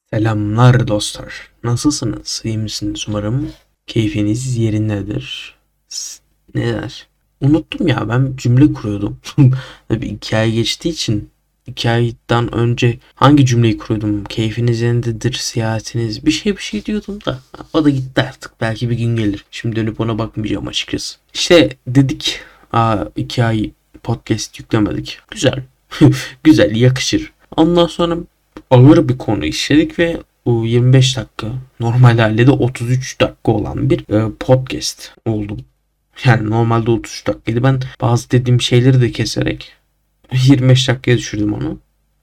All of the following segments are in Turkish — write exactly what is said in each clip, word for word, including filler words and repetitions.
Selamlar dostlar. Nasılsınız? İyi misiniz? Umarım keyfiniz yerindedir. S- Ne der? Unuttum ya, ben cümle kuruyordum. Tabii iki ay geçtiği için iki aydan önce hangi cümleyi kuruyordum? Keyfiniz yerindedir, seyahatiniz bir şey bir şey diyordum da. O da gitti artık. Belki bir gün gelir. Şimdi dönüp ona bakmayacağım açıkçası. İşte dedik, aa, iki ay podcast yüklemedik. Güzel. Güzel, yakışır. Ondan sonra ağır bir konu işledik ve o yirmi beş dakika, normal halde de otuz üç dakika olan bir e, podcast oldu. Yani normalde otuz üç dakikaydı. Ben bazı dediğim şeyleri de keserek yirmi beş dakikaya düşürdüm onu.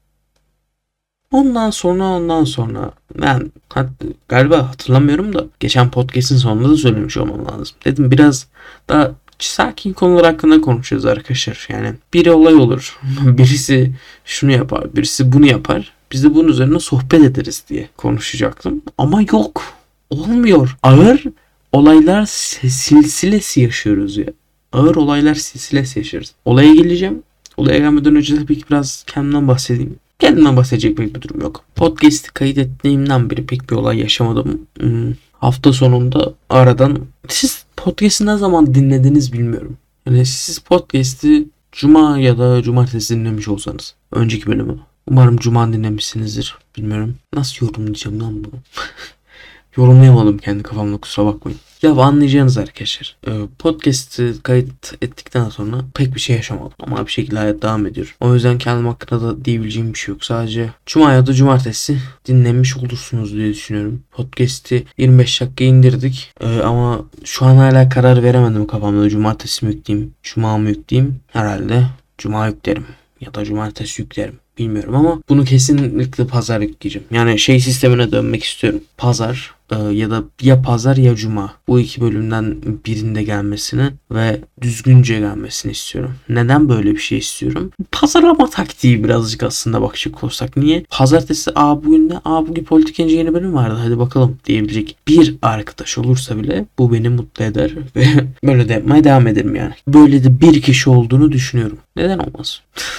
Ondan sonra ondan sonra ben hat, galiba hatırlamıyorum da geçen podcast'in sonunda da söylemiş olmam lazım. Dedim biraz daha sakin konular hakkında konuşacağız arkadaşlar. Yani bir olay olur. Birisi şunu yapar, birisi bunu yapar. Biz de bunun üzerine sohbet ederiz diye konuşacaktım. Ama yok. Olmuyor. Ağır olaylar silsilesi yaşıyoruz ya. Ağır olaylar silsilesi yaşıyoruz. Olaya geleceğim. Olaya gelmeden önce tabii ki biraz kendimden bahsedeyim. Kendimden bahsedecek pek bir durum yok. Podcast'i kaydettiğimden beri pek bir olay yaşamadım. Hmm, hafta sonunda aradan... Siz podcast'i ne zaman dinlediniz bilmiyorum. Yani siz podcast'i Cuma ya da Cumartesi dinlemiş olsanız. Önceki bölümü. Umarım Cuma dinlemişsinizdir. Bilmiyorum. Nasıl yorumlayacağım lan bunu? Yorumlayamadım kendi kafamda, kusura bakmayın. Ya anlayacaksınız arkadaşlar. Ee, Podcast'ı kayıt ettikten sonra pek bir şey yaşamadım. Ama bir şekilde hayat devam ediyor. O yüzden kendim hakkında da diyebileceğim bir şey yok. Sadece Cuma ya da Cumartesi dinlemiş olursunuz diye düşünüyorum. Podcast'i yirmi beş dakika indirdik. Ee, ama şu an hala karar veremedim kafamda. Cumartesi mi yükleyeyim, Cuma mı yükleyeyim? Herhalde Cuma yüklerim. Ya da Cumartesi yüklerim. Bilmiyorum ama bunu kesinlikle pazar yükleyeceğim. Yani şey sistemine dönmek istiyorum. Pazar e, ya da ya pazar ya cuma. Bu iki bölümden birinde gelmesini ve düzgünce gelmesini istiyorum. Neden böyle bir şey istiyorum? Pazarlama taktiği birazcık aslında bakacak olursak. Niye? Pazartesi aa bugün ne? Aa bugün politikacı yeni bölüm vardı. Hadi bakalım diyebilecek bir arkadaş olursa bile bu beni mutlu eder ve böyle de yapmaya devam ederim yani. Böyle de bir kişi olduğunu düşünüyorum. Neden olmaz?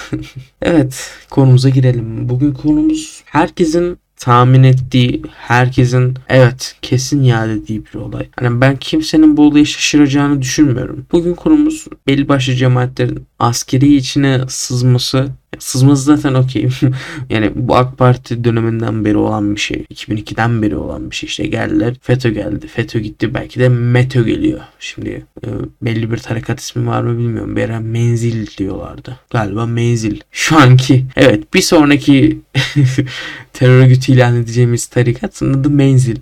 Evet, konumuza girelim. Bugün konumuz herkesin tahmin ettiği, herkesin evet kesin ya dediği bir olay. Hani ben kimsenin bu olaya şaşıracağını düşünmüyorum. Bugün konumuz belli başlı cemaatlerin askeri içine sızması. Sızması zaten okey. Yani bu AK Parti döneminden beri olan bir şey. iki bin ikiden beri olan bir şey. İşte geldiler. FETÖ geldi. FETÖ gitti. Belki de METÖ geliyor. Şimdi e, belli bir tarikat ismi var mı bilmiyorum. Bir ara Menzil diyorlardı. Galiba Menzil. Şu anki evet bir sonraki terör örgütü ilan edeceğimiz tarikatın adı Menzil.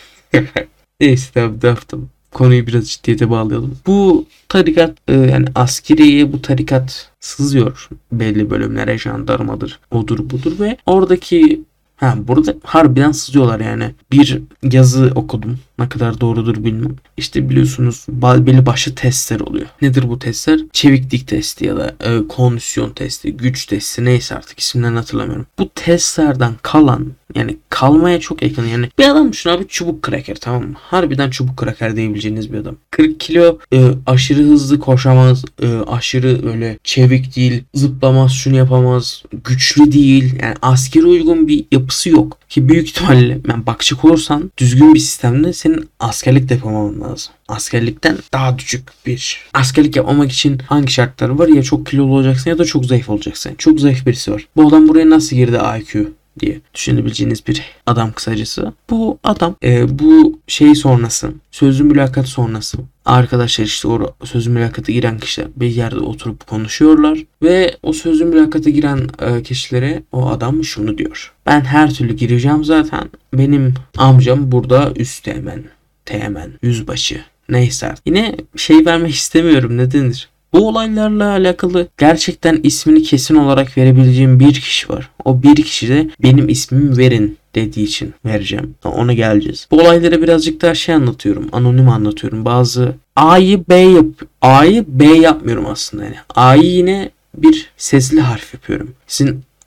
Neyse tamam tamam. Konuyu biraz ciddiyete bağlayalım. Bu tarikat e, yani askeriye bu tarikat sızıyor belli bölümlere, jandarmadır, odur budur ve oradaki ha burada harbiden sızıyorlar yani. Bir yazı okudum. Ne kadar doğrudur bilmem. İşte biliyorsunuz belli başlı testler oluyor. Nedir bu testler? Çeviklik testi ya da e, kondisyon testi, güç testi, neyse artık isimlerini hatırlamıyorum. Bu testlerden kalan, yani kalmaya çok yakın, yani bir adam düşün abi, çubuk kraker, tamam mı? Harbiden çubuk kraker diyebileceğiniz bir adam. kırk kilo, e, aşırı hızlı koşamaz, e, aşırı öyle çevik değil, zıplamaz, şunu yapamaz, güçlü değil. Yani askeri uygun bir yapısı yok. Ki büyük ihtimalle yani bakacak olursan düzgün bir sistemde senin askerlik de yapamaman lazım. Askerlikten daha düşük bir. Askerlik yapmamak için hangi şartları var? Ya çok kilolu olacaksın ya da çok zayıf olacaksın. Çok zayıf birisi var. Bu adam buraya nasıl girdi I Q diye düşünebileceğiniz bir adam kısacası. Bu adam e, bu şey sonrası, sözlü mülakat sonrası arkadaşlar, işte o sözlü mülakata giren kişiler bir yerde oturup konuşuyorlar ve o sözlü mülakata giren e, kişilere o adam şunu diyor: ben her türlü gireceğim zaten. Benim amcam burada üsteğmen, teğmen, yüzbaşı, neyse artık. Yine şey vermek istemiyorum, ne denir? Bu olaylarla alakalı gerçekten ismini kesin olarak verebileceğim bir kişi var. O bir kişi de benim ismimi verin dediği için vereceğim. Ona geleceğiz. Bu olaylara birazcık daha şey anlatıyorum. Anonim anlatıyorum. Bazı A'yı B yap A'yı B yapmıyorum aslında yani. A'yı yine bir sesli harf yapıyorum. Sizin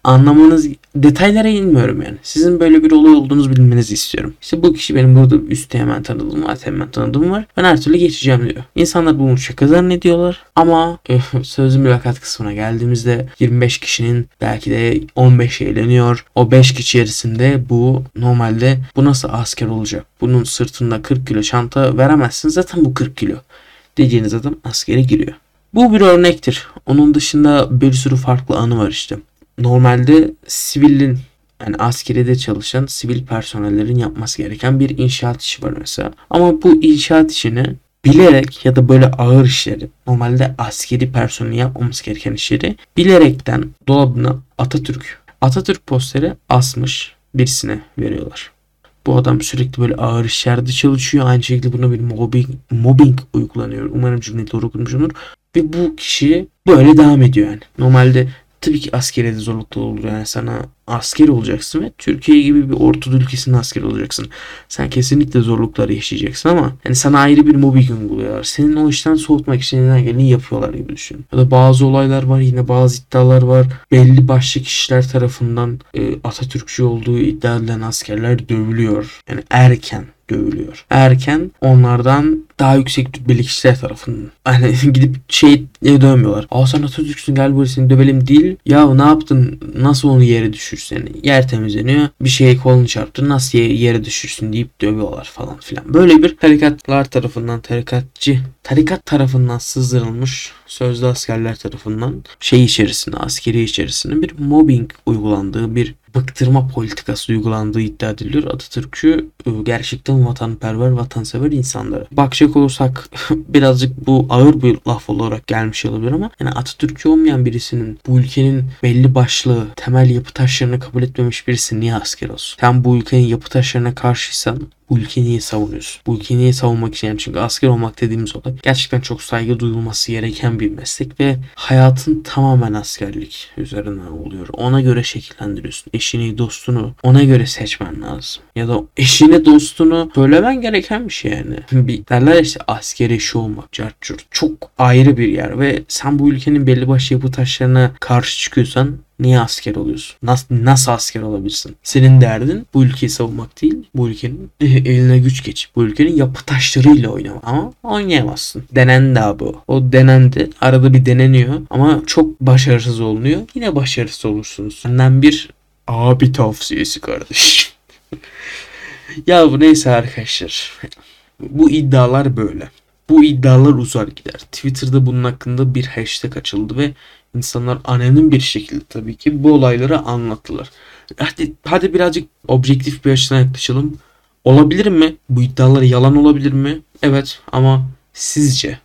anlamanız, detaylara inmiyorum yani. Sizin böyle bir olay olduğunuzu bilmenizi istiyorum. İşte bu kişi benim burada üstte hemen tanıdığım var, hemen tanıdığım var. Ben her türlü geçeceğim diyor. İnsanlar bunu şaka zannediyorlar ama sözlü mülakat kısmına geldiğimizde yirmi beş kişinin belki de on beş eğleniyor. O beş kişi içerisinde bu normalde bu nasıl asker olacak? Bunun sırtında kırk kilo çanta veremezsin. Zaten bu kırk kilo. Diyeceğiniz adam askere giriyor. Bu bir örnektir. Onun dışında bir sürü farklı anı var işte. Normalde sivilin, yani askeriyede çalışan sivil personellerin yapması gereken bir inşaat işi var mesela. Ama bu inşaat işini bilerek ya da böyle ağır işleri, normalde askeri personelin yapmaması gereken işleri bilerekten dolabına Atatürk Atatürk posteri asmış birisine veriyorlar. Bu adam sürekli böyle ağır işlerde çalışıyor. Aynı şekilde buna bir mobbing, mobbing uygulanıyor. Umarım cümleyi doğru kurmuşumdur. Ve bu kişi böyle devam ediyor yani. Normalde tabii ki askeriyede zorluklar olur. Yani sana asker olacaksın ve Türkiye gibi bir Ortadoğu ülkesinin askeri olacaksın. Sen kesinlikle zorluklar yaşayacaksın ama yani sana ayrı bir mobbing uyguluyorlar. Senin o işten soğutmak için elinden geleni yapıyorlar gibi düşün. Ya da bazı olaylar var, yine bazı iddialar var. Belli başlı kişiler tarafından e, Atatürkçü olduğu iddia edilen askerler dövülüyor. Yani erken dövülüyor. Erken onlardan daha yüksek rütbeli kişiler tarafından. Hani gidip şey dövmüyorlar. Aa sen Atatürk'sün, gel buraya seni dövelim değil. Ya ne yaptın? Nasıl onu yere düşürsün? Yani yer temizleniyor. Bir şeye kolunu çarptın. Nasıl yere düşürsün deyip dövüyorlar falan filan. Böyle bir tarikatlar tarafından, tarikatçı, tarikat tarafından sızdırılmış sözlü askerler tarafından şey içerisinde, askeri içerisinde bir mobbing uygulandığı, bir bıktırma politikası uygulandığı iddia ediliyor. Atatürk'ü gerçekten vatanperver, vatansever insanlara. Bakacak olursak birazcık bu ağır bir laf olarak gelmiş olabilir ama yani Atatürkçü olmayan birisinin, bu ülkenin belli başlı temel yapı taşlarını kabul etmemiş birisi niye asker olsun? Sen bu ülkenin yapı taşlarına karşıysan bu ülkeyi niye savunuyorsun? Bu ülkeyi niye savunmak için? Yani çünkü asker olmak dediğimiz olay gerçekten çok saygı duyulması gereken bir meslek ve hayatın tamamen askerlik üzerine oluyor. Ona göre şekillendiriyorsun. Eşini, dostunu ona göre seçmen lazım. Ya da eşini, dostunu söylemen gereken bir şey yani. Bir derler işte asker eşi olmak, cartçur. Çok ayrı bir yer ve sen bu ülkenin belli başlı yapı taşlarına karşı çıkıyorsan niye asker oluyorsun? Nasıl, nasıl asker olabilirsin? Senin derdin bu ülkeyi savunmak değil, bu ülkenin eline güç geçip bu ülkenin yapı taşlarıyla oynamak. Ama oynayamazsın. Denendi abi o. O denendi. Arada bir deneniyor ama çok başarısız olunuyor. Yine başarısız olursunuz. Senden bir abi tavsiyesi kardeş. Ya bu neyse arkadaşlar. Bu iddialar böyle. Bu iddialar uzar gider. Twitter'da bunun hakkında bir hashtag açıldı ve insanlar anonim bir şekilde tabii ki bu olayları anlattılar. Hadi, hadi birazcık objektif bir açıdan yaklaşalım. Olabilir mi? Bu iddialar yalan olabilir mi? Evet ama sizce?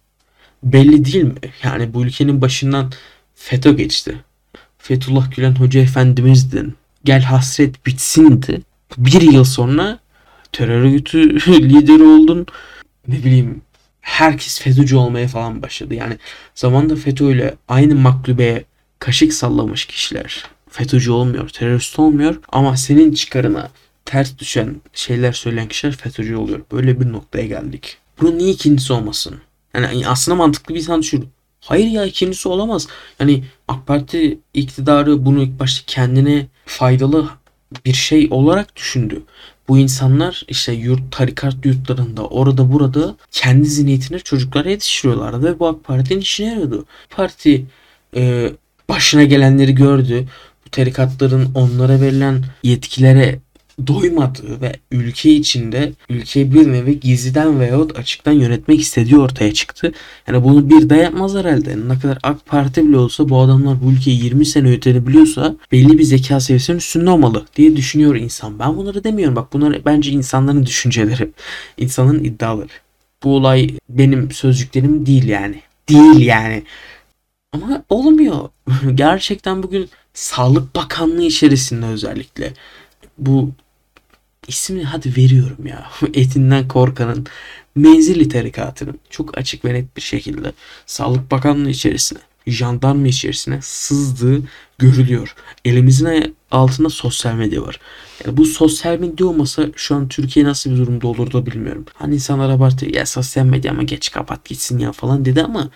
Belli değil mi? Yani bu ülkenin başından FETÖ geçti. Fethullah Gülen Hoca Efendimiz'din. Gel hasret bitsindi. Bir yıl sonra terör örgütü lideri oldun. Ne bileyim, herkes FETÖ'cü olmaya falan başladı. Yani zamanında FETÖ ile aynı maklubeye kaşık sallamış kişiler FETÖ'cü olmuyor, terörist olmuyor ama senin çıkarına ters düşen şeyler söyleyen kişiler FETÖ'cü oluyor. Böyle bir noktaya geldik. Bunun niye ikincisi olmasın? Yani aslında mantıklı bir insan düşünür. Hayır ya, ikincisi olamaz. Yani AK Parti iktidarı bunu ilk başta kendine faydalı bir şey olarak düşündü. Bu insanlar işte yurt, tarikat yurtlarında orada burada kendi zihniyetine çocuklara yetiştiriyorlardı ve bu AK Parti'nin işine yarıyordu. Parti e, başına gelenleri gördü. Bu tarikatların onlara verilen yetkilere doymadığı ve ülke içinde ülkeyi bir nevi gizliden veyahut açıktan yönetmek istediği ortaya çıktı. Yani bunu bir de yapmaz herhalde. Ne kadar AK Parti bile olsa bu adamlar bu ülkeyi yirmi sene yönetebiliyorsa belli bir zeka seviyesinin üstünde olmalı diye düşünüyor insan. Ben bunları demiyorum. Bak bunlar bence insanların düşünceleri. İnsanın iddiaları. Bu olay benim sözcüklerim değil yani. Değil yani. Ama olmuyor. Gerçekten bugün Sağlık Bakanlığı içerisinde özellikle bu ismini hadi veriyorum ya. Etinden korkanın Menzilli tarikatının çok açık ve net bir şekilde Sağlık Bakanlığı içerisine, jandarma içerisine sızdığı görülüyor. Elimizin altında sosyal medya var. Yani bu sosyal medya olmasa şu an Türkiye nasıl bir durumda olur da bilmiyorum. Hani insanlar abartıyor ya sosyal medya ama geç kapat gitsin ya falan dedi ama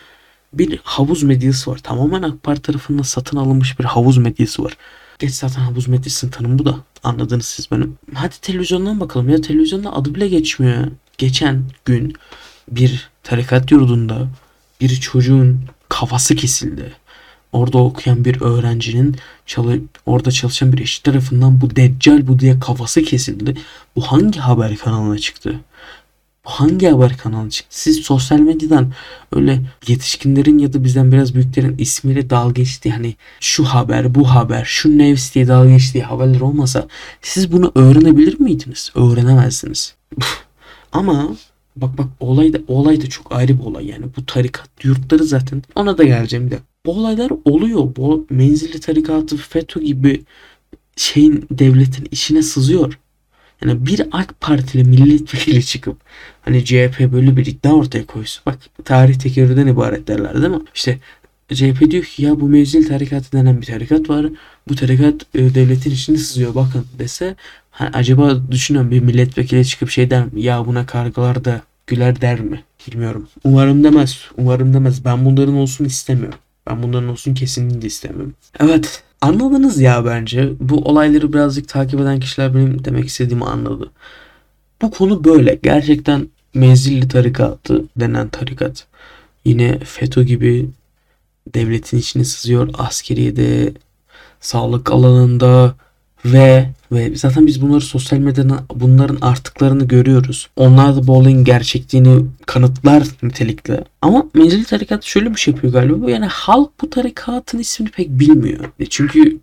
bir havuz medyası var. Tamamen AK Parti tarafından satın alınmış bir havuz medyası var. Geç zaten havuz medyasının tanımı bu da. Anladınız siz benim. Hadi televizyondan bakalım ya. Televizyonda adı bile geçmiyor ya. Geçen gün bir tarikat yurdunda bir çocuğun kafası kesildi. Orada okuyan bir öğrencinin çalı orada çalışan bir eşi tarafından bu deccal bu diye kafası kesildi. Bu hangi haber kanalına çıktı? Bu hangi haber kanalı çıktı? Siz sosyal medyadan öyle yetişkinlerin ya da bizden biraz büyüklerin ismiyle dalga geçtiği hani şu haber, bu haber, şu Nevs diye dalga geçtiği haberler olmasa siz bunu öğrenebilir miydiniz? Öğrenemezsiniz. Ama bak bak olay da, olay da çok ayrı bir olay yani. Bu tarikat yurtları zaten ona da geleceğim de. Bu olaylar oluyor. Bu menzilli tarikatı FETÖ gibi şeyin devletin içine sızıyor. Yani bir AK Partili milletvekili çıkıp hani C H P böyle bir iddia ortaya koysa bak tarih tekerrürden ibaret derler değil mi? İşte C H P diyor ki ya bu mevzil tarikatı denen bir tarikat var. Bu tarikat e, devletin içine sızıyor bakın dese ha, acaba düşünüyorum bir milletvekili çıkıp şey der mi? Ya buna kargalar da güler der mi? Bilmiyorum. Umarım demez. Umarım demez. Ben bunların olsun istemiyorum. Ben bunların olsun kesinlikle istemiyorum. Evet. Anladınız ya bence. Bu olayları birazcık takip eden kişiler benim demek istediğimi anladı. Bu konu böyle. Gerçekten menzilli tarikatı denen tarikat. Yine FETÖ gibi devletin içine sızıyor. Askeriyede, sağlık alanında ve ve zaten biz bunları sosyal medyada bunların artıklarını görüyoruz. Onlar da bu olayın gerçekliğini kanıtlar nitelikte. Ama menzilli tarikat şöyle bir şey yapıyor galiba. Bu yani halk bu tarikatın ismini pek bilmiyor. E Çünkü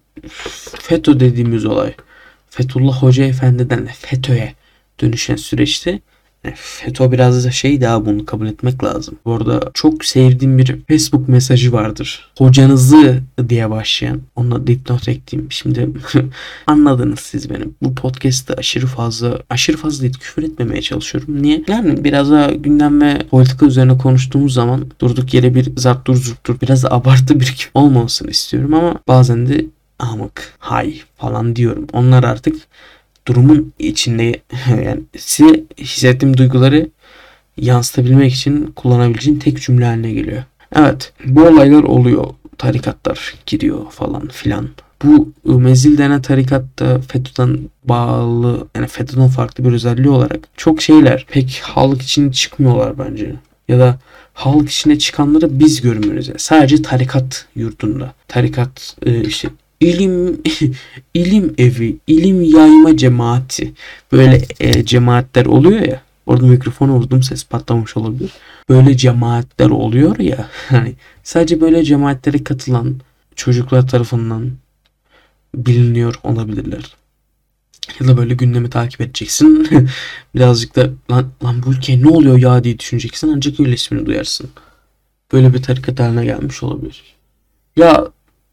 FETÖ dediğimiz olay Fethullah Hoca Efendi'den FETÖ'ye dönüşen süreçte yani FETÖ biraz da şey daha bunu kabul etmek lazım. Bu arada çok sevdiğim bir Facebook mesajı vardır. Hocanızı diye başlayan. Onunla dipnot ekleyeyim. Şimdi anladınız siz benim. Bu podcast'te aşırı fazla aşırı fazla değil, küfür etmemeye çalışıyorum. Niye? Yani biraz daha gündem ve politika üzerine konuştuğumuz zaman durduk yere bir zart dur zurttur biraz da abartı bir küfür olmamasını istiyorum ama bazen de amık, hay falan diyorum. Onlar artık durumun içinde yani size hissettiğim duyguları yansıtabilmek için kullanabileceğim tek cümle haline geliyor. Evet, bu olaylar oluyor. Tarikatlar giriyor falan filan. Bu mezil denen tarikatta FETÖ'den bağlı yani FETÖ'den farklı bir özelliği olarak çok şeyler pek halk için çıkmıyorlar bence. Ya da halk içine çıkanları biz görmüyoruz. Yani sadece tarikat yurdunda. Tarikat e, işte ilim ilim evi, ilim yayma cemaati böyle e, cemaatler oluyor ya. Orada mikrofonu vurdum ses patlamış olabilir. Böyle cemaatler oluyor ya. Hani sadece böyle cemaatlere katılan çocuklar tarafından biliniyor olabilirler. Ya da böyle gündemi takip edeceksin. Birazcık da lan, lan bu ülkeye ne oluyor ya diye düşüneceksin. Ancak öyle ismini duyarsın. Böyle bir tarikat haline gelmiş olabilir. Ya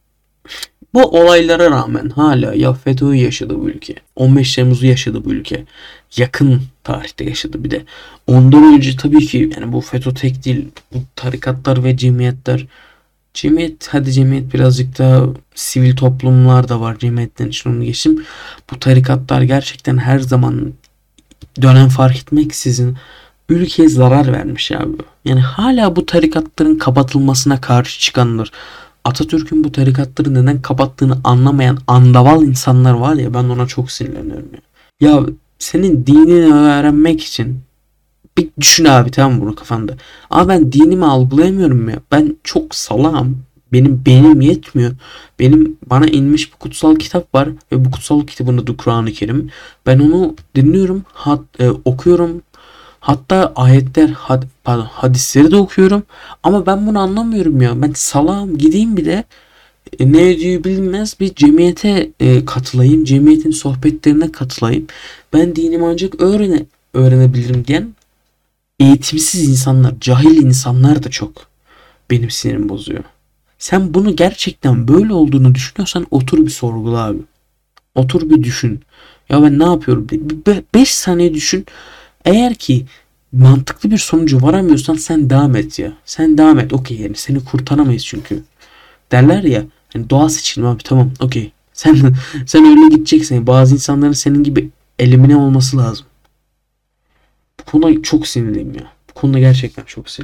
bu olaylara rağmen hala ya FETÖ'yü yaşadı bu ülke. on beş Temmuz'u yaşadı bu ülke. Yakın tarihte yaşadı bir de. Ondan önce tabii ki yani bu FETÖ tek değil. Bu tarikatlar ve cemiyetler. Cemiyet hadi cemiyet birazcık daha sivil toplumlar da var. Cemiyetten için onu geçtim. Bu tarikatlar gerçekten her zaman dönem fark etmeksizin ülkeye zarar vermiş abi. Yani hala bu tarikatların kapatılmasına karşı çıkanlar. Atatürk'ün bu tarikatları neden kapattığını anlamayan andaval insanlar var ya ben ona çok sinirleniyorum ya. Ya senin dinini öğrenmek için bir düşün abi tamam bunu kafanda. Ama ben dinimi algılayamıyorum ya. Ben çok salağım. Benim beynim yetmiyor. Benim bana inmiş bir kutsal kitap var ve bu kutsal kitabın adı Kur'an-ı Kerim. Ben onu dinliyorum, hat, e, okuyorum. Hatta ayetler, had, pardon, hadisleri de okuyorum. Ama ben bunu anlamıyorum ya. Ben salağım gideyim bir de e, ne diyor bilmez bir cemiyete e, katılayım. Cemiyetin sohbetlerine katılayım. Ben dinimi ancak öğrene, öğrenebilirim diyen eğitimsiz insanlar, cahil insanlar da çok benim sinirimi bozuyor. Sen bunu gerçekten böyle olduğunu düşünüyorsan otur bir sorgula abi. Otur bir düşün. Ya ben ne yapıyorum? beş saniye düşün. Eğer ki mantıklı bir sonucu varamıyorsan sen devam et ya. Sen devam et. Okey yani seni kurtaramayız çünkü. Derler ya hani doğa seçilimi abi tamam okey. Sen sen öyle gideceksin. Bazı insanların senin gibi elimine olması lazım. Bu konuda çok sinirliyim ya. Bu konuda gerçekten çok sinirliyim.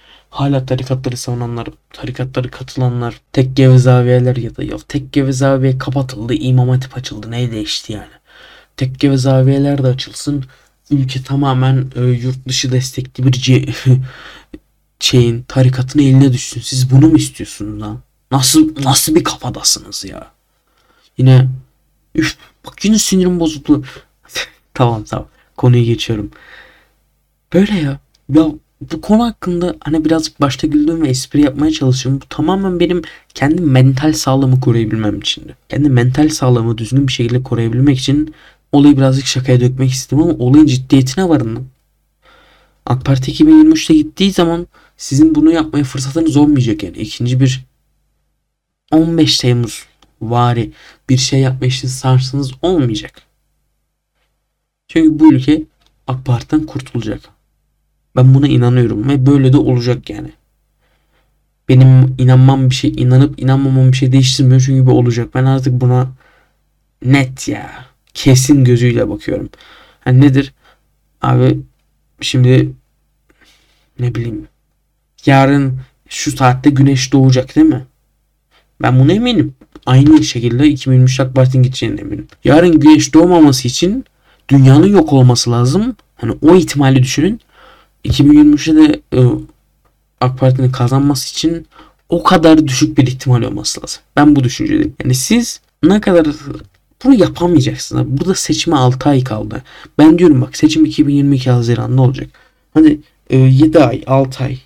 Hala tarikatları savunanlar, tarikatları katılanlar, tekke ve zaviyeler ya da ya tekke ve zaviye kapatıldı, İmam Hatip açıldı. Ne değişti yani? Tekke ve zaviyeler de açılsın. Ülke tamamen e, yurt dışı destekli bir ce- şeyin, tarikatın eline düşsün. Siz bunu mu istiyorsunuz lan? Nasıl nasıl bir kafadasınız ya? Yine üf, bak yine sinirim bozuldu. Tamam tamam. Konuyu geçiyorum. Böyle ya. Ya bu konu hakkında hani birazcık başta güldüm ve espri yapmaya çalışıyorum. Bu tamamen benim kendi mental sağlığımı koruyabilmem içindi. Kendi mental sağlığımı düzgün bir şekilde koruyabilmek için olayı birazcık şakaya dökmek istedim ama olayın ciddiyetine varın lan. AK Parti iki bin yirmi üçte gittiği zaman sizin bunu yapmaya fırsatınız olmayacak yani. İkinci bir on beş Temmuz vari bir şey yapma için şansınız olmayacak. Çünkü bu ülke AK Parti'den kurtulacak. Ben buna inanıyorum ve böyle de olacak yani. Benim inanmam bir şey, inanıp inanmamam bir şey değiştirmiyor çünkü bu olacak. Ben artık buna net ya, kesin gözüyle bakıyorum. Hani nedir? Abi şimdi ne bileyim, yarın şu saatte güneş doğacak değil mi? Ben buna eminim. Aynı şekilde iki bin yirmi üç AK Parti'nin gideceğine eminim. Yarın güneş doğmaması için dünyanın yok olması lazım. Hani o ihtimali düşünün. iki bin yirmi üçte de e, AK Parti'nin kazanması için o kadar düşük bir ihtimal olması lazım. Ben bu düşüncedeyim. Yani siz ne kadar bunu yapamayacaksınız. Burada seçime altı ay kaldı. Ben diyorum bak, seçim iki bin yirmi iki Haziran'da olacak. Hani e, yedi ay, altı ay.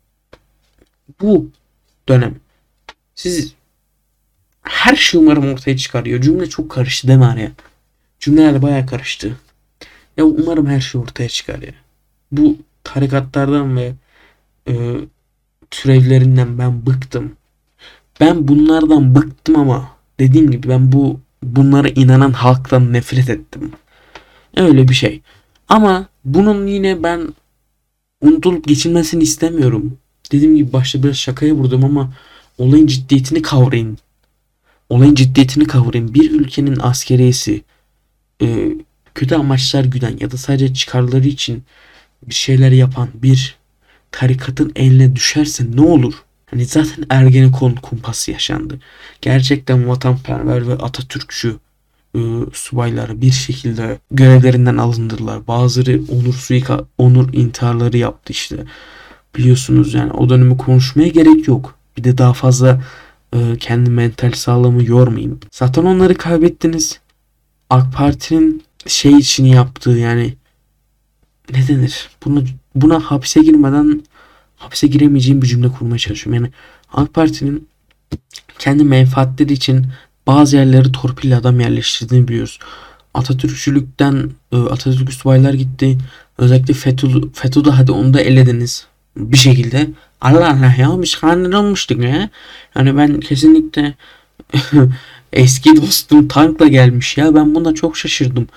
Bu dönem siz her şey umarım ortaya çıkarıyor. Cümle çok karıştı değil mi araya? Cümleler bayağı karıştı. Ya umarım her şey ortaya çıkar ya. Bu tarikatlardan ve e, türevlerinden ben bıktım. Ben bunlardan bıktım ama dediğim gibi ben bu bunlara inanan halktan nefret ettim. Öyle bir şey. Ama bunun yine ben unutulup geçilmesini istemiyorum. Dediğim gibi başta biraz şakaya vurdum ama olayın ciddiyetini kavrayın. Olayın ciddiyetini kavrayın. Bir ülkenin askeriyesi e, kötü amaçlar güden ya da sadece çıkarları için bir şeyler yapan bir tarikatın eline düşerse ne olur? Hani zaten Ergenekon kumpası yaşandı. Gerçekten vatanperver ve Atatürkçü e, subaylar bir şekilde görevlerinden alındırdılar. Bazıları onur suika, onur intiharları yaptı işte. Biliyorsunuz yani o dönemi konuşmaya gerek yok. Bir de daha fazla e, kendi mental sağlığımı yormayayım. Zaten onları kaybettiniz. AK Parti'nin şey için yaptığı yani ne denir? Bunu, buna hapse girmeden hapse giremeyeceğim bir cümle kurmaya çalışıyorum. Yani AK Parti'nin kendi menfaatleri için bazı yerleri torpille adam yerleştirdiğini biliyoruz. Atatürkçülükten e, Atatürk subaylar gitti. Özellikle FETÖ, FETÖ'de hadi onu da elediniz. Bir şekilde. Allah Allah ya biz kanun olmuştuk ya. Yani ben kesinlikle eski dostum tankla gelmiş ya. Ben buna çok şaşırdım.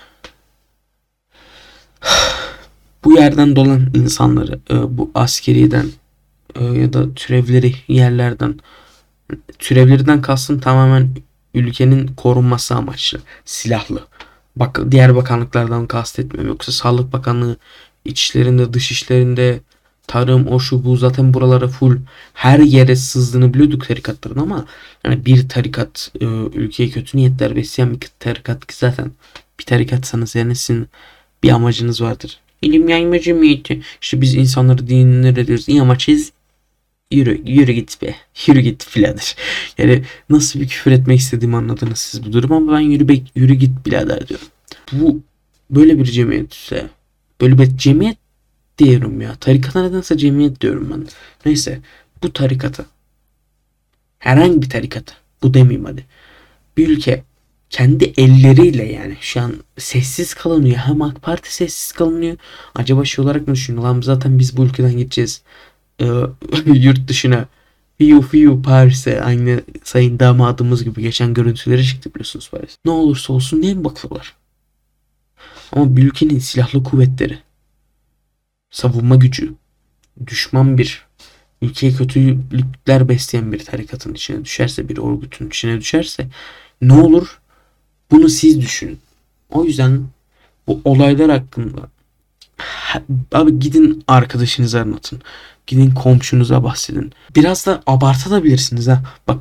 Bu yerden dolan insanları e, bu askeriden e, ya da türevleri yerlerden, türevlerden kastım tamamen ülkenin korunması amaçlı silahlı. Bak diğer bakanlıklardan kastetmiyorum. Yoksa Sağlık Bakanlığı, İçişlerinde, Dışişlerinde, tarım, o şu bu, zaten buralara full her yere sızdığını biliyorduk tarikatların ama yani bir tarikat e, ülkeye kötü niyetler besleyen bir tarikat ki zaten bir tarikatsanız yani sizin bir amacınız vardır. İlim yayma cemiyeti. İşte biz insanları dinler ediyoruz. İyi amaçız. Yürü, yürü git be. Yürü git filadır. Yani nasıl bir küfür etmek istediğimi anladınız siz bu durum ama ben yürü, be, yürü git birader diyorum. Bu böyle bir cemiyet ise böyle bir cemiyet diyorum ya. Tarikata nedense cemiyet diyorum ben. Neyse bu tarikata, herhangi bir tarikata, bu demeyeyim hadi. Bir ülke kendi elleriyle yani şu an sessiz kalınıyor. Hem AK Parti sessiz kalınıyor. Acaba şey olarak mı düşünüyor? Lan zaten biz bu ülkeden gideceğiz. Ee, yurt dışına. Fiyu fiyu Paris'e, aynı sayın damadımız gibi geçen görüntüleri çıktı biliyorsunuz Paris. Ne olursa olsun diye mi bakıyorlar? Ama bir ülkenin silahlı kuvvetleri, savunma gücü, düşman bir ülkeye kötülükler besleyen bir tarikatın içine düşerse, bir örgütün içine düşerse ne olur? Bunu siz düşünün. O yüzden bu olaylar hakkında Abi gidin arkadaşınıza anlatın. Gidin komşunuza bahsedin. Biraz da abartabilirsiniz ha. Bak,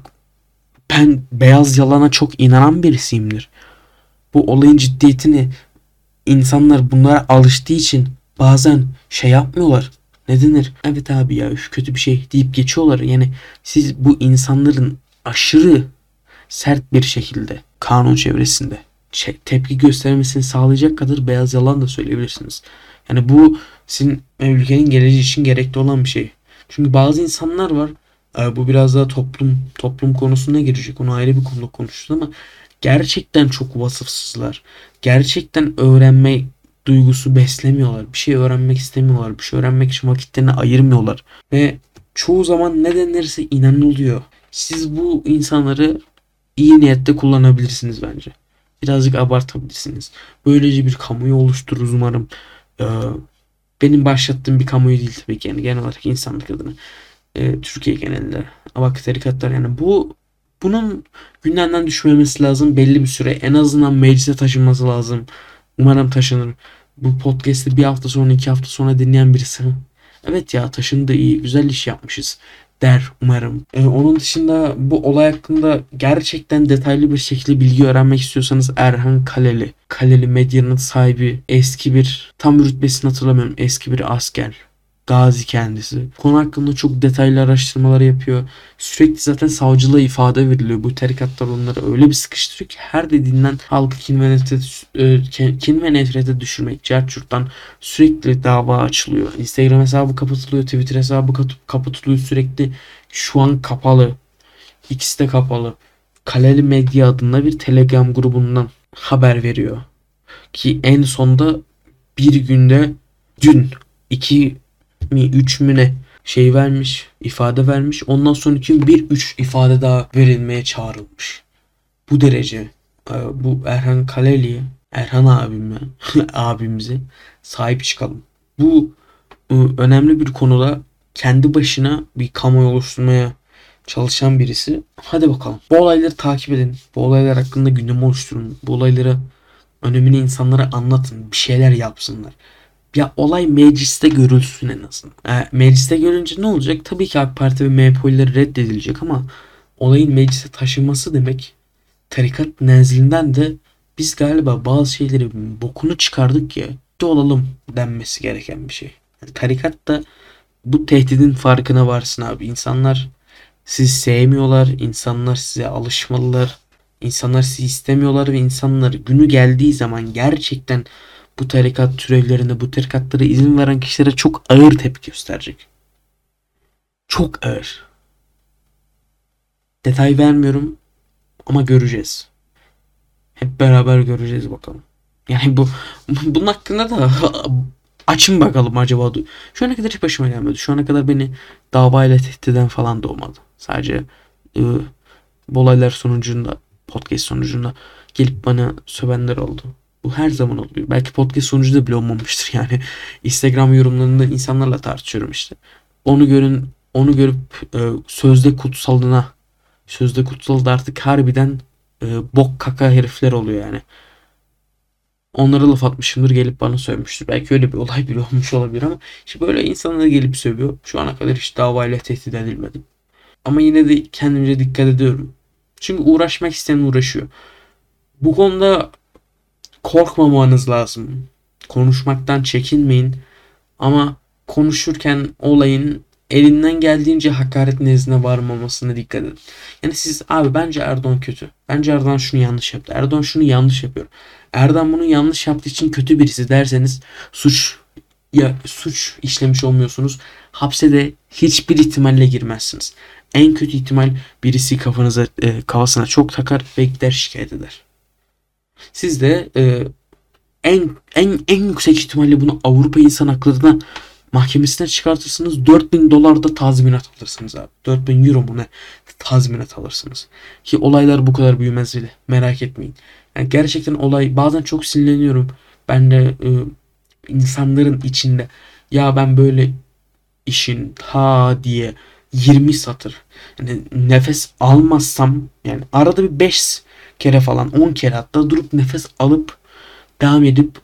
ben beyaz yalana çok inanan birisiyimdir. Bu olayın ciddiyetini insanlar bunlara alıştığı için bazen şey yapmıyorlar. Ne denir? Evet abi ya, üf, kötü bir şey deyip geçiyorlar. Yani siz bu insanların aşırı sert bir şekilde kanun çevresinde şey, tepki göstermesini sağlayacak kadar beyaz yalan da söyleyebilirsiniz. Yani bu sizin ülkenin geleceği için gerekli olan bir şey. Çünkü bazı insanlar var. e, Bu biraz daha toplum toplum konusuna girecek. Onu ayrı bir konuda konuşuruz ama gerçekten çok vasıfsızlar. Gerçekten öğrenme duygusu beslemiyorlar. Bir şey öğrenmek istemiyorlar. Bir şey öğrenmek için vakitlerini ayırmıyorlar. Ve çoğu zaman ne denirse inanılıyor. Siz bu insanları iyi niyette kullanabilirsiniz bence. Birazcık abartabilirsiniz. Böylece bir kamuoyu oluştururuz umarım. Ee, benim başlattığım bir kamuoyu değil tabii ki. Yani genel olarak insanlık adına. Ee, Türkiye genelinde. Bak, tarikatlar, yani bu bunun gündemden düşmemesi lazım belli bir süre. En azından meclise taşınması lazım. Umarım taşınır. Bu podcast'i bir hafta sonra iki hafta sonra dinleyen birisi, evet ya, taşındı, iyi, güzel iş yapmışız der umarım. Ee, onun dışında bu olay hakkında gerçekten detaylı bir şekilde bilgi öğrenmek istiyorsanız Erhan Kaleli. Kaleli Medya'nın sahibi, eski bir, tam rütbesini hatırlamıyorum, eski bir asker. Gazi kendisi. Konu hakkında çok detaylı araştırmalar yapıyor. Sürekli zaten savcılığa ifade veriliyor. Bu tarikatlar onları öyle bir sıkıştırıyor ki her dediğinden halkı kin ve nefrete, e, kin ve nefrete düşürmek. Cerçurt'tan sürekli dava açılıyor. Instagram hesabı kapatılıyor. Twitter hesabı kapatılıyor sürekli. Şu an kapalı. İkisi de kapalı. Kaleli Medya adında bir Telegram grubundan haber veriyor. Ki en sonda bir günde, dün iki mi üç mü ne şey vermiş, ifade vermiş. Ondan sonraki gün bir üç ifade daha verilmeye çağrılmış. Bu derece e, bu Erhan Kaleli'ye, Erhan abime, abimize sahip çıkalım. Bu e, önemli bir konuda kendi başına bir kamuoyu oluşturmaya çalışan birisi. Hadi bakalım. Bu olayları takip edin. Bu olaylar hakkında gündem oluşturun. Bu olayları önemini insanlara anlatın. Bir şeyler yapsınlar. Ya olay mecliste görülsün en azından. E, mecliste görünce ne olacak? Tabii ki AK Parti ve M H P'liler reddedilecek ama olayın meclise taşınması demek, tarikat nezlinden de biz galiba bazı şeyleri bokunu çıkardık ya, de olalım denmesi gereken bir şey. Yani tarikat da bu tehdidin farkına varsın abi. İnsanlar sizi sevmiyorlar. İnsanlar size alışmalılar. İnsanlar sizi istemiyorlar ve insanlar günü geldiği zaman gerçekten bu tarikat türevlerine, bu tarikatlara izin veren kişilere çok ağır tepki gösterecek. Çok ağır. Detay vermiyorum ama göreceğiz. Hep beraber göreceğiz bakalım. Yani bu bunun hakkında da açın bakalım acaba. Şu ana kadar hiç başıma gelmedi. Şu ana kadar beni davayla tehdit eden falan da olmadı. Sadece e, bu olaylar sonucunda, podcast sonucunda gelip bana sövenler oldu. Bu her zaman oluyor. Belki podcast sonucunda bile olmamıştır yani. Instagram yorumlarında insanlarla tartışıyorum işte. Onu görün, onu görüp e, sözde kutsalına, sözde kutsal da artık harbiden e, bok kaka herifler oluyor yani. Onlara laf atmışımdır, gelip bana sövmüştür. Belki öyle bir olay bile olmuş olabilir ama işte böyle insanlar gelip sövüyor. Şu ana kadar hiç davayla tehdit edilmedim. Ama yine de kendimce dikkat ediyorum. Çünkü uğraşmak isteyen uğraşıyor. Bu konuda korkmamanız lazım. Konuşmaktan çekinmeyin. Ama konuşurken olayın elinden geldiğince hakaret nezdine varmamasına dikkat edin. Yani siz, abi bence Erdoğan kötü. Bence Erdoğan şunu yanlış yaptı. Erdoğan şunu yanlış yapıyor. Erdoğan bunu yanlış yaptığı için kötü birisi derseniz suç ya suç işlemiş olmuyorsunuz. Hapse de hiçbir ihtimalle girmezsiniz. En kötü ihtimal birisi kafanıza e, kafasına çok takar ve gider şikayet eder. Siz de e, en en en yüksek ihtimalle bunu Avrupa İnsan Hakları'na mahkemesine çıkartırsınız. dört bin dolar da tazminat alırsınız abi. dört bin euro mu ne tazminat alırsınız. Ki olaylar bu kadar büyümez bile. Merak etmeyin. Yani gerçekten olay, bazen çok sinirleniyorum. Ben de e, insanların içinde, ya ben böyle işin ha diye yirmi satır. Yani nefes almazsam, yani arada bir beş kere falan, on kere hatta durup nefes alıp devam edip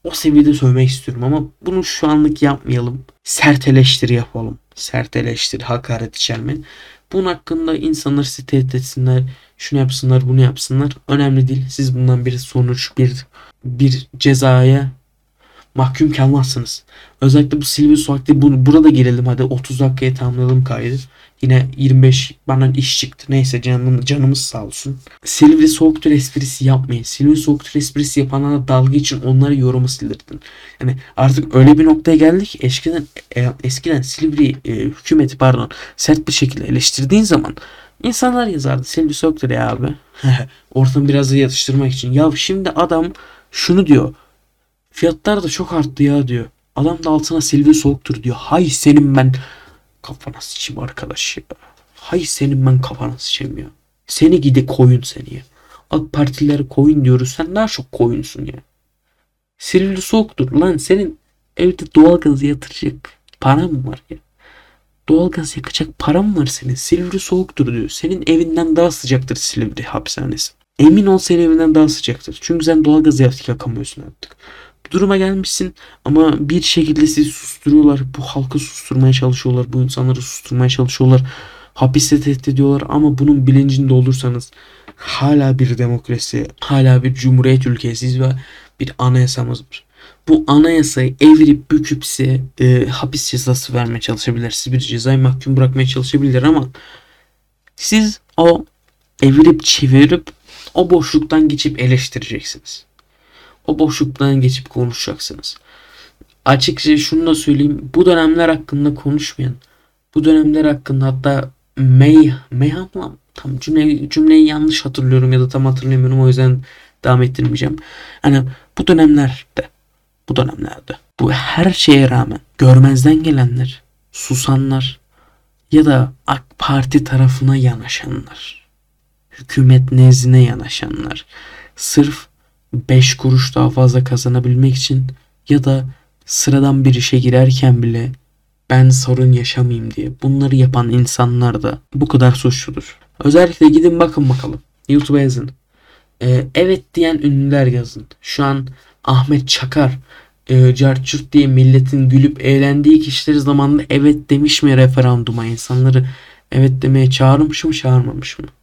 O seviyede sövmek istiyorum ama bunu şu anlık yapmayalım. Sert eleştiri yapalım. Sert eleştiri, hakaret içermeyin. Bunun hakkında insanlar sizi tehdit etsinler. Şunu yapsınlar, bunu yapsınlar. Önemli değil. Siz bundan bir sonuç, bir bir cezaya mahkum kalmazsınız. Özellikle bu Silivri Sokak'ta bu, burada girelim, hadi otuz dakikaya tamamlayalım kaydı. Yine yirmi beş bana iş çıktı. Neyse canım, canımız sağ olsun. Silivri Soğuktur esprisi yapmayın. Silivri Soğuktur esprisi yapanlara dalga için onları yorumu sildirdin. Yani artık öyle bir noktaya geldik. Eskiden e, eskiden Silivri e, hükümeti pardon sert bir şekilde eleştirdiğin zaman insanlar yazardı. Silivri Soğuktur ya abi. Ortamı biraz da yatıştırmak için. Ya şimdi adam şunu diyor. Fiyatlar da çok arttı ya diyor. Adam da altına Silivri Soğuktur diyor. Hay senin ben kafana sıçayım arkadaş ya. Hay senin ben kafana sıçayım ya. Seni gide koyun seni ya. AK Partililere koyun diyoruz. Sen daha çok koyunsun ya. Silivri Soğuktur. Lan senin evde doğalgaz yatıracak paran mı var ya? Doğalgaz yakacak paran mı var senin? Silivri Soğuktur diyor. Senin evinden daha sıcaktır Silivri hapishanesi. Emin ol senin evinden daha sıcaktır. Çünkü sen doğalgaz yakamıyorsun artık. Duruma gelmişsin ama bir şekilde sizi susturuyorlar. Bu halkı susturmaya çalışıyorlar. Bu insanları susturmaya çalışıyorlar. Hapiste tehdit ediyorlar ama bunun bilincinde olursanız hala bir demokrasi, hala bir cumhuriyet ülkesiyiz ve bir anayasamız var. Bu anayasayı evirip büküp size e, hapis cezası vermeye çalışabilirler. Siz bir cezayı mahkum bırakmaya çalışabilirler ama siz o evirip çevirip o boşluktan geçip eleştireceksiniz. O boşluktan geçip konuşacaksınız. Açıkça şunu da söyleyeyim. Bu dönemler hakkında konuşmayan, bu dönemler hakkında hatta May, Mayham'la tam cümle, cümleyi yanlış hatırlıyorum ya da tam hatırlamıyorum, o yüzden devam ettirmeyeceğim. Hani bu dönemlerde, bu dönemlerde bu her şeye rağmen görmezden gelenler, susanlar ya da AK Parti tarafına yanaşanlar, hükümet nezdine yanaşanlar, sırf beş kuruş daha fazla kazanabilmek için ya da sıradan bir işe girerken bile ben sorun yaşamayayım diye bunları yapan insanlar da bu kadar suçludur. Özellikle gidin bakın bakalım. YouTube'a yazın. Ee, evet diyen ünlüler yazın. Şu an Ahmet Çakar e, Carçurt diye milletin gülüp eğlendiği kişiler zamanında evet demiş mi referanduma, insanları evet demeye çağırmış mı çağırmamış mı?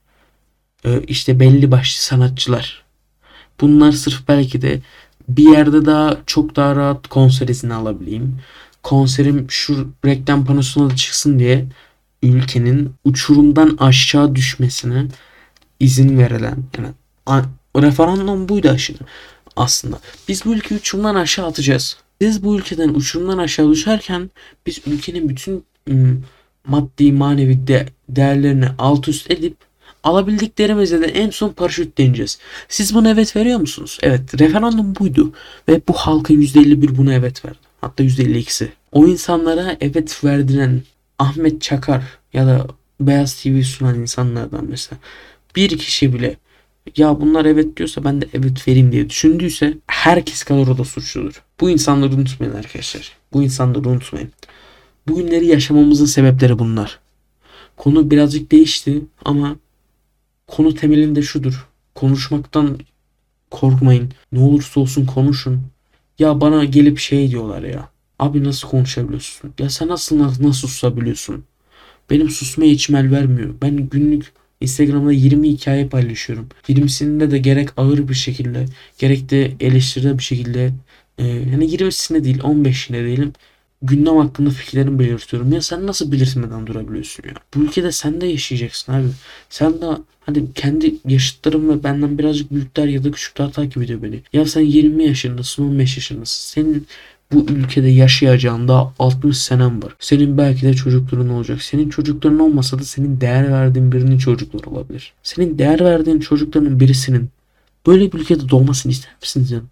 Ee, işte belli başlı sanatçılar. Bunlar sırf belki de bir yerde daha çok daha rahat konser izni alabileyim. Konserim şu reklam panosuna da çıksın diye ülkenin uçurumdan aşağı düşmesine izin verilen, yani o referandum buydu aşırı aslında. Biz bu ülkeyi uçurumdan aşağı atacağız. Siz bu ülkeden uçurumdan aşağı düşerken biz ülkenin bütün ım, maddi manevi de, değerlerini alt üst edip alabildiklerimizle de en son paraşütleneceğiz. Siz buna evet veriyor musunuz? Evet, referandum buydu ve bu halkın yüzde elli bir buna evet verdi. Hatta yüzde elli ikisi. O insanlara evet verdiren Ahmet Çakar ya da Beyaz T V sunan insanlardan mesela bir kişi bile ya bunlar evet diyorsa ben de evet vereyim diye düşündüyse herkes kadar o da suçludur. Bu insanları unutmayın arkadaşlar. Bu insanları unutmayın. Bugünleri yaşamamızın sebepleri bunlar. Konu birazcık değişti ama konu temelinde şudur. Konuşmaktan korkmayın. Ne olursa olsun konuşun. Ya bana gelip şey diyorlar ya. Abi nasıl konuşabiliyorsun? Ya sen nasıl nasıl susabiliyorsun? Benim susmaya içim el vermiyor. Ben günlük Instagram'da yirmi hikaye paylaşıyorum. yirmisinde de gerek ağır bir şekilde gerek de eleştirel bir şekilde e, yani yirmisinde değil on beşinde değilim. Gündem hakkında fikirlerimi belirtiyorum. Ya sen nasıl belirtmeden durabiliyorsun ya? Bu ülkede sen de yaşayacaksın abi. Sen de hani kendi yaşıtlarım ve benden birazcık büyükler ya da küçükler takip ediyor beni. Ya sen yirmi yaşındasın, on beş yaşındasın. Senin bu ülkede yaşayacağın daha altmış senem var. Senin belki de çocukların olacak. Senin çocukların olmasa da senin değer verdiğin birinin çocukları olabilir. Senin değer verdiğin çocukların birisinin böyle bir ülkede doğmasını ister misin canım?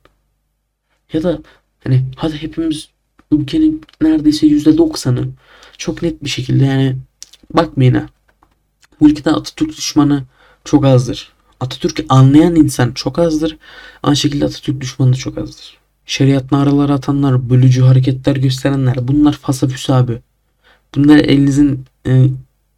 Ya da hani hadi hepimiz ülkenin neredeyse yüzde doksanı çok net bir şekilde yani bakmayın ha. Bu ülkede Atatürk düşmanı çok azdır. Atatürk'ü anlayan insan çok azdır. Aynı şekilde Atatürk düşmanı da çok azdır. Şeriat naraları atanlar, bölücü hareketler gösterenler bunlar fasafüs abi. Bunları elinizin e,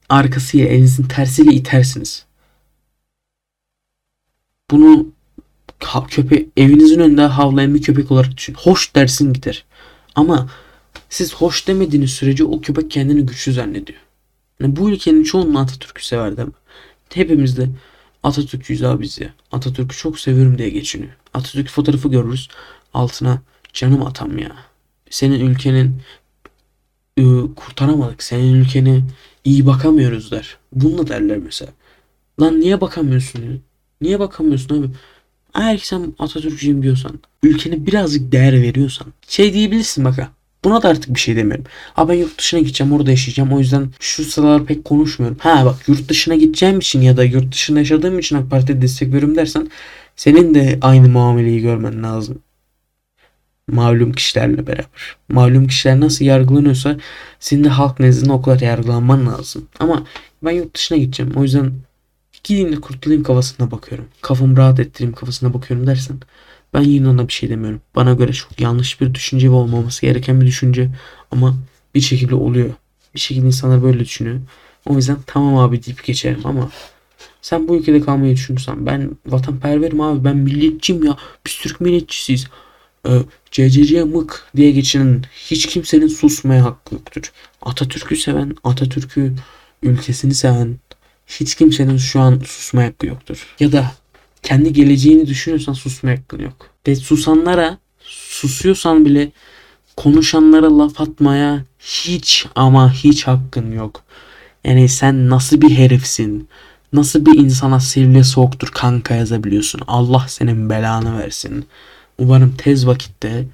arkasıyla, elinizin tersiyle itersiniz. Bunu Ha, köpek evinizin önünde havlayan bir köpek olarak düşün. Hoş dersin gider. Ama siz hoş demediğiniz sürece o köpek kendini güçlü zannediyor. Yani bu ülkenin çoğunluğu Atatürk'ü sever değil mi? Hepimiz de Atatürk'üyüz abi biz ya. Atatürk'ü çok seviyorum diye geçiniyor. Atatürk fotoğrafı görürüz. Altına canım atam ya. Senin ülkenin ıı, kurtaramadık. Senin ülkene iyi bakamıyoruz der. Bununla derler mesela. Lan niye bakamıyorsun ya? Niye bakamıyorsun abi? Eğer ki sen Atatürkçüyüm diyorsan, ülkene birazcık değer veriyorsan, şey diyebilirsin bak ha. Buna da artık bir şey demiyorum. Ha ben yurt dışına gideceğim, orada yaşayacağım. O yüzden şu sıralar pek konuşmuyorum. Ha bak yurt dışına gideceğim için ya da yurt dışında yaşadığım için AK Parti'ye destek veriyorum dersen senin de aynı muameleyi görmen lazım. Malum kişilerle beraber. Malum kişiler nasıl yargılanıyorsa senin de halk nezdinde o kadar yargılanman lazım. Ama ben yurt dışına gideceğim. O yüzden gideyim de kurtulayım kafasına bakıyorum. Kafamı rahat ettireyim kafasına bakıyorum dersen ben yine ona bir şey demiyorum. Bana göre çok yanlış bir düşünce ve olmaması gereken bir düşünce ama bir şekilde oluyor. Bir şekilde insanlar böyle düşünüyor. O yüzden tamam abi deyip geçerim ama sen bu ülkede kalmayı düşünürsen ben vatanperverim abi ben milliyetçiyim ya biz Türk milliyetçisiyiz. Ee, C C C mık diye geçinen hiç kimsenin susmaya hakkı yoktur. Atatürk'ü seven, Atatürk'ü ülkesini seven hiç kimsenin şu an susmaya hakkı yoktur. Ya da kendi geleceğini düşünüyorsan susmaya hakkın yok. Ve susanlara, susuyorsan bile konuşanlara laf atmaya hiç ama hiç hakkın yok. Yani sen nasıl bir herifsin? Nasıl bir insana sivri soğuktur kanka yazabiliyorsun? Allah senin belanı versin. Umarım tez vakitte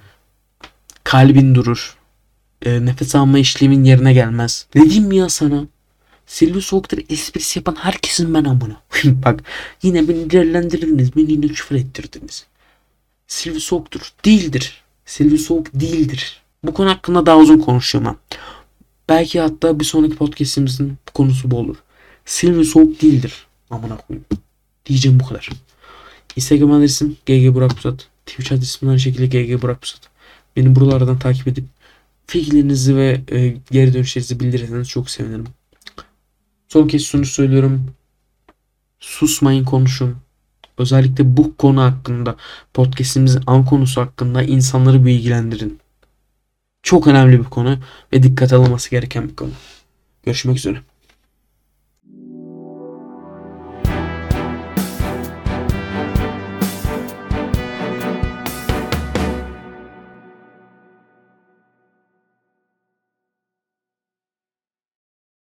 kalbin durur. E, nefes alma işlemin yerine gelmez. Ne diyeyim ya sana? Silvi Soğuk'tur esprisi yapan herkesin ben amına. Bak yine beni değerlendirdiniz. Beni yine küfür ettirdiniz. Silvi Soğuk'tur. Değildir. Silvi Soğuk değildir. Bu konu hakkında daha uzun konuşacağım ha. Belki hatta bir sonraki podcastimizin konusu bu olur. Silvi Soğuk değildir. Amına koyayım. Diyeceğim bu kadar. Instagram adresim G G Burak Pusat. Twitch adresim aynı şekilde G G Burak Pusat. Beni buralardan takip edip fikirlerinizi ve e, geri dönüşlerinizi bildirirseniz çok sevinirim. Son kez şunu söylüyorum. Susmayın konuşun. Özellikle bu konu hakkında podcastimizin an konusu hakkında insanları bilgilendirin. Çok önemli bir konu ve dikkat alınması gereken bir konu. Görüşmek üzere.